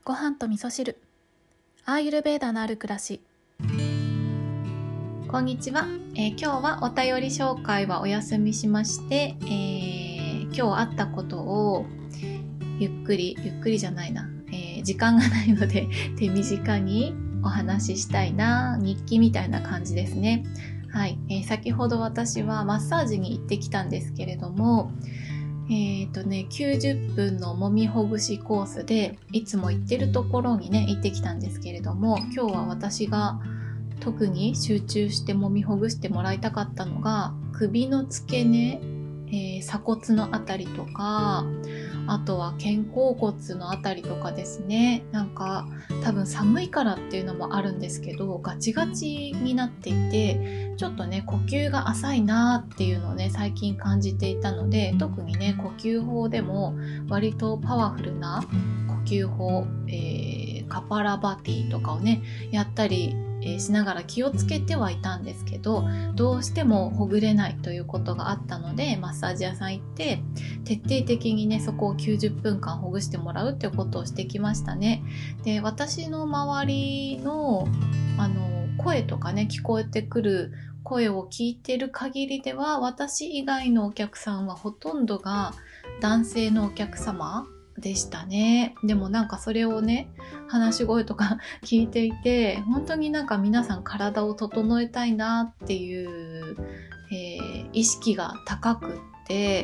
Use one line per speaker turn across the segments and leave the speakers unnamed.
ご飯と味噌汁、アーユルヴェーダのある暮らし。こんにちは、今日はお便り紹介はお休みしまして、今日あったことをゆっくりじゃないな、時間がないので手短にお話ししたいな、日記みたいな感じですね。はい、先ほど私はマッサージに行ってきたんですけれども、90分の揉みほぐしコースでいつも行ってるところにね行ってきたんですけれども、今日は私が特に集中して揉みほぐしてもらいたかったのが首の付け根、鎖骨のあたりとか、あとは肩甲骨のあたりとかですね。なんか多分寒いからっていうのもあるんですけど、ガチガチになっていて、ちょっとね呼吸が浅いなっていうのをね最近感じていたので、特にね呼吸法でも割とパワフルな呼吸法、カパラバティとかをねやったりしながら気をつけてはいたんですけど、どうしてもほぐれないということがあったので、マッサージ屋さん行って徹底的にねそこを90分間ほぐしてもらうっていうことをしてきましたね。で、私の周りの声とかね聞こえてくる声を聞いてる限りでは、私以外のお客さんはほとんどが男性のお客様でしたね。でもなんかそれをね話し声とか聞いていて、本当になんか皆さん体を整えたいなっていう、意識が高くって、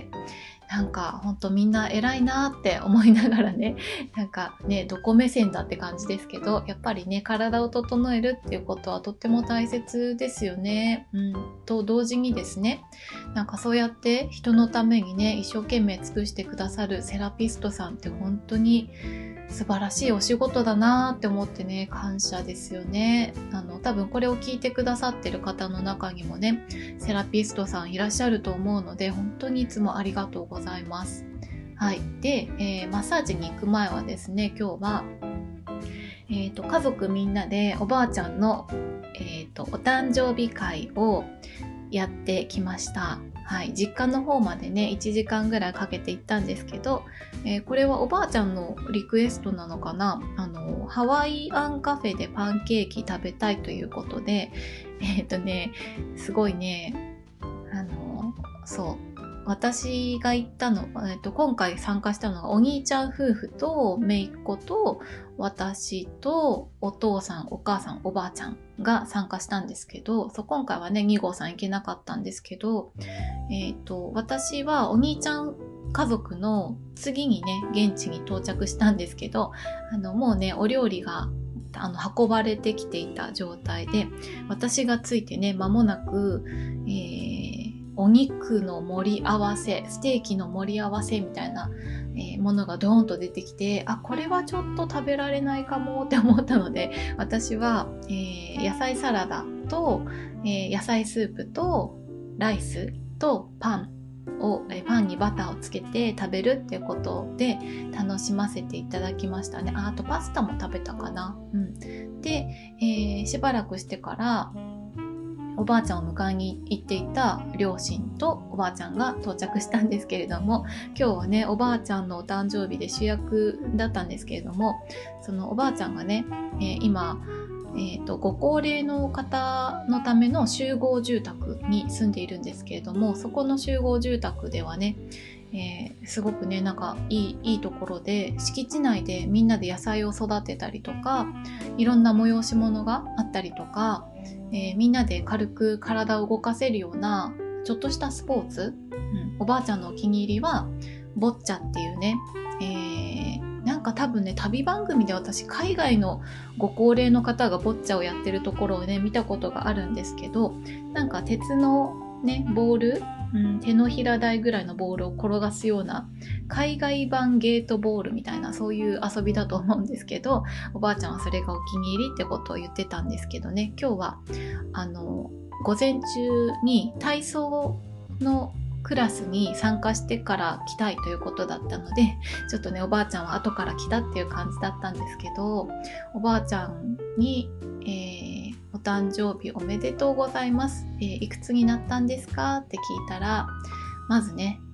なんか本当みんな偉いなって思いながらね、なんかねどこ目線だって感じですけど、やっぱりね体を整えるっていうことはとっても大切ですよね。と同時にですね、なんかそうやって人のためにね一生懸命尽くしてくださるセラピストさんって本当に素晴らしいお仕事だなって思ってね、感謝ですよね。多分これを聞いてくださってる方の中にもねセラピストさんいらっしゃると思うので、本当にいつもありがとうございます。はい。で、マッサージに行く前はですね、今日は家族みんなでおばあちゃんの、お誕生日会をやってきました。はい、実家の方までね1時間ぐらいかけて行ったんですけど、これはおばあちゃんのリクエストなのかな。ハワイアンカフェでパンケーキ食べたいということで、すごいね、そう私が行ったの、今回参加したのがお兄ちゃん夫婦と姪っ子と私とお父さんお母さんおばあちゃんが参加したんですけど、今回はね2号さん行けなかったんですけど、私はお兄ちゃん家族の次にね現地に到着したんですけど、もうねお料理が運ばれてきていた状態で、私がついてね間もなく、お肉の盛り合わせ、ステーキの盛り合わせみたいな、ものがドーンと出てきて、これはちょっと食べられないかもって思ったので、私は、野菜サラダと、野菜スープとライスとパンを、パンにバターをつけて食べるっていうことで楽しませていただきましたね。あとパスタも食べたかな。で、しばらくしてからおばあちゃんを迎えに行っていた両親とおばあちゃんが到着したんですけれども、今日はねおばあちゃんのお誕生日で主役だったんですけれども、そのおばあちゃんがね、今、ご高齢の方のための集合住宅に住んでいるんですけれども、そこの集合住宅ではね、すごくねなんかいいところで、敷地内でみんなで野菜を育てたりとか、いろんな催し物があったりとか、みんなで軽く体を動かせるようなちょっとしたスポーツ、おばあちゃんのお気に入りはボッチャっていうね、なんか多分ね旅番組で私海外のご高齢の方がボッチャをやってるところをね見たことがあるんですけど、なんか鉄のねボール、手のひら大ぐらいのボールを転がすような海外版ゲートボールみたいな、そういう遊びだと思うんですけど、おばあちゃんはそれがお気に入りってことを言ってたんですけどね、今日は午前中に体操のクラスに参加してから来たいということだったので、ちょっとねおばあちゃんは後から来たっていう感じだったんですけど、おばあちゃんに、お誕生日おめでとうございます、いくつになったんですかって聞いたら、まずね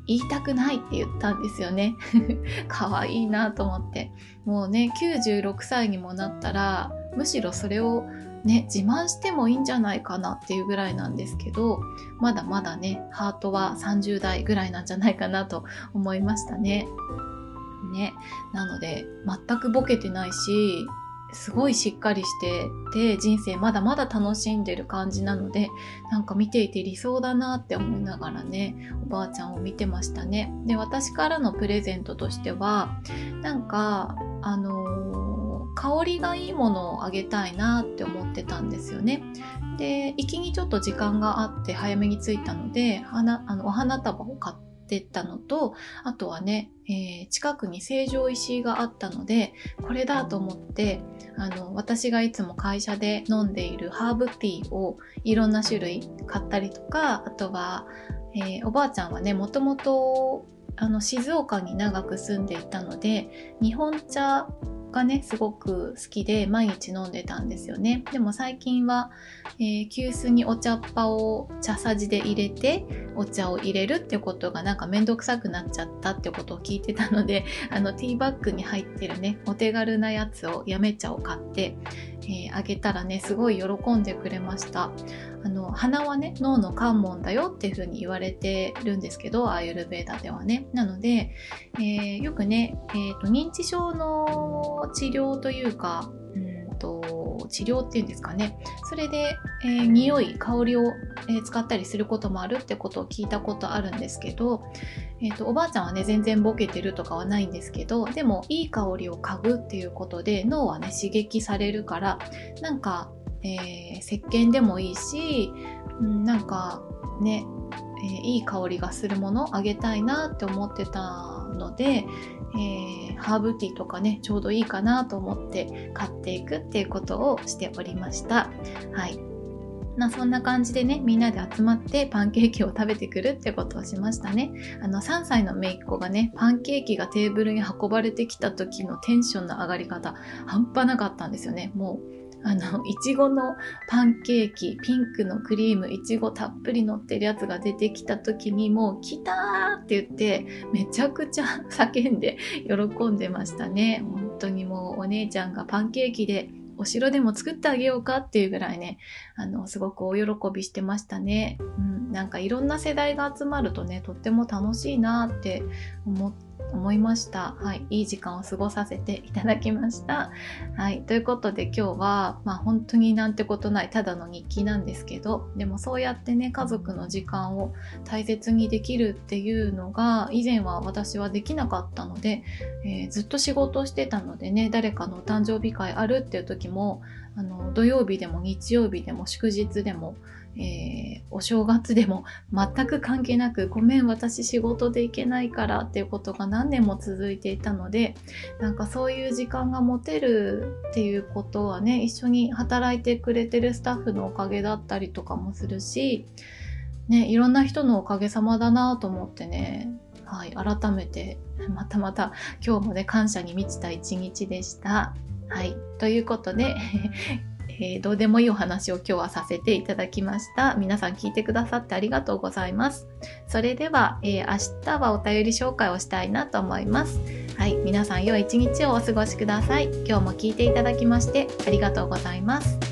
言いたくないって言ったんですよね。可愛いなと思って。もうね、96歳にもなったら、むしろそれをね、自慢してもいいんじゃないかなっていうぐらいなんですけど、まだまだね、ハートは30代ぐらいなんじゃないかなと思いましたね。ね。なので、全くボケてないし、すごいしっかりしてて、人生まだまだ楽しんでる感じなので、なんか見ていて理想だなって思いながらね、おばあちゃんを見てましたね。で、私からのプレゼントとしては、なんか、香りがいいものをあげたいなって思ってたんですよね。で、行きにちょっと時間があって早めに着いたので、お花束を買ってったのと、あとはね、近くに成城石井があったので、これだと思って、私がいつも会社で飲んでいるハーブティーをいろんな種類買ったりとか、あとは、おばあちゃんはね、もともと静岡に長く住んでいたので、日本茶がね、すごく好きで毎日飲んでたんですよね。でも最近は、急須にお茶っ葉を茶さじで入れてお茶を入れるってことがなんかめんどくさくなっちゃったってことを聞いてたので、ティーバッグに入ってるね、お手軽なやつを、やめ茶を買って、あげたらね、すごい喜んでくれました。鼻はね、脳の関門だよっていう風に言われてるんですけど、アーユルヴェーダではね。なので、よくね、認知症の治療というか、治療っていうんですかね。それで、匂い、香りを、使ったりすることもあるってことを聞いたことあるんですけど、おばあちゃんはね、全然ボケてるとかはないんですけど、でもいい香りを嗅ぐっていうことで脳はね、刺激されるから、なんか、石鹸でもいいし、なんかね、いい香りがするものをあげたいなって思ってたので、ハーブティーとかね、ちょうどいいかなと思って買っていくっていうことをしておりました。はい。そんな感じでね、みんなで集まってパンケーキを食べてくるってことをしましたね。3歳の姪っ子がね、パンケーキがテーブルに運ばれてきた時のテンションの上がり方、半端なかったんですよね。もう、いちごのパンケーキ、ピンクのクリーム、いちごたっぷり乗ってるやつが出てきた時に、もう来たーって言って、めちゃくちゃ叫んで喜んでましたね。本当にもうお姉ちゃんがパンケーキでお城でも作ってあげようかっていうぐらいね、すごく大喜びしてましたね。なんかいろんな世代が集まるとね、とっても楽しいなって思いました。はい。いい時間を過ごさせていただきました。はい。ということで今日は、本当になんてことないただの日記なんですけど、でもそうやってね、家族の時間を大切にできるっていうのが、以前は私はできなかったので、ずっと仕事をしてたのでね、誰かのお誕生日会あるっていう時も、土曜日でも日曜日でも祝日でも、お正月でも全く関係なく、ごめん私仕事で行けないからっていうことが何年も続いていたので、なんかそういう時間が持てるっていうことはね、一緒に働いてくれてるスタッフのおかげだったりとかもするし、ね、いろんな人のおかげさまだなと思ってね、はい、改めてまた今日もね、感謝に満ちた一日でした。はい、ということでどうでもいいお話を今日はさせていただきました。皆さん聞いてくださってありがとうございます。それでは、明日はお便り紹介をしたいなと思います。はい、皆さん良い一日をお過ごしください。今日も聞いていただきましてありがとうございます。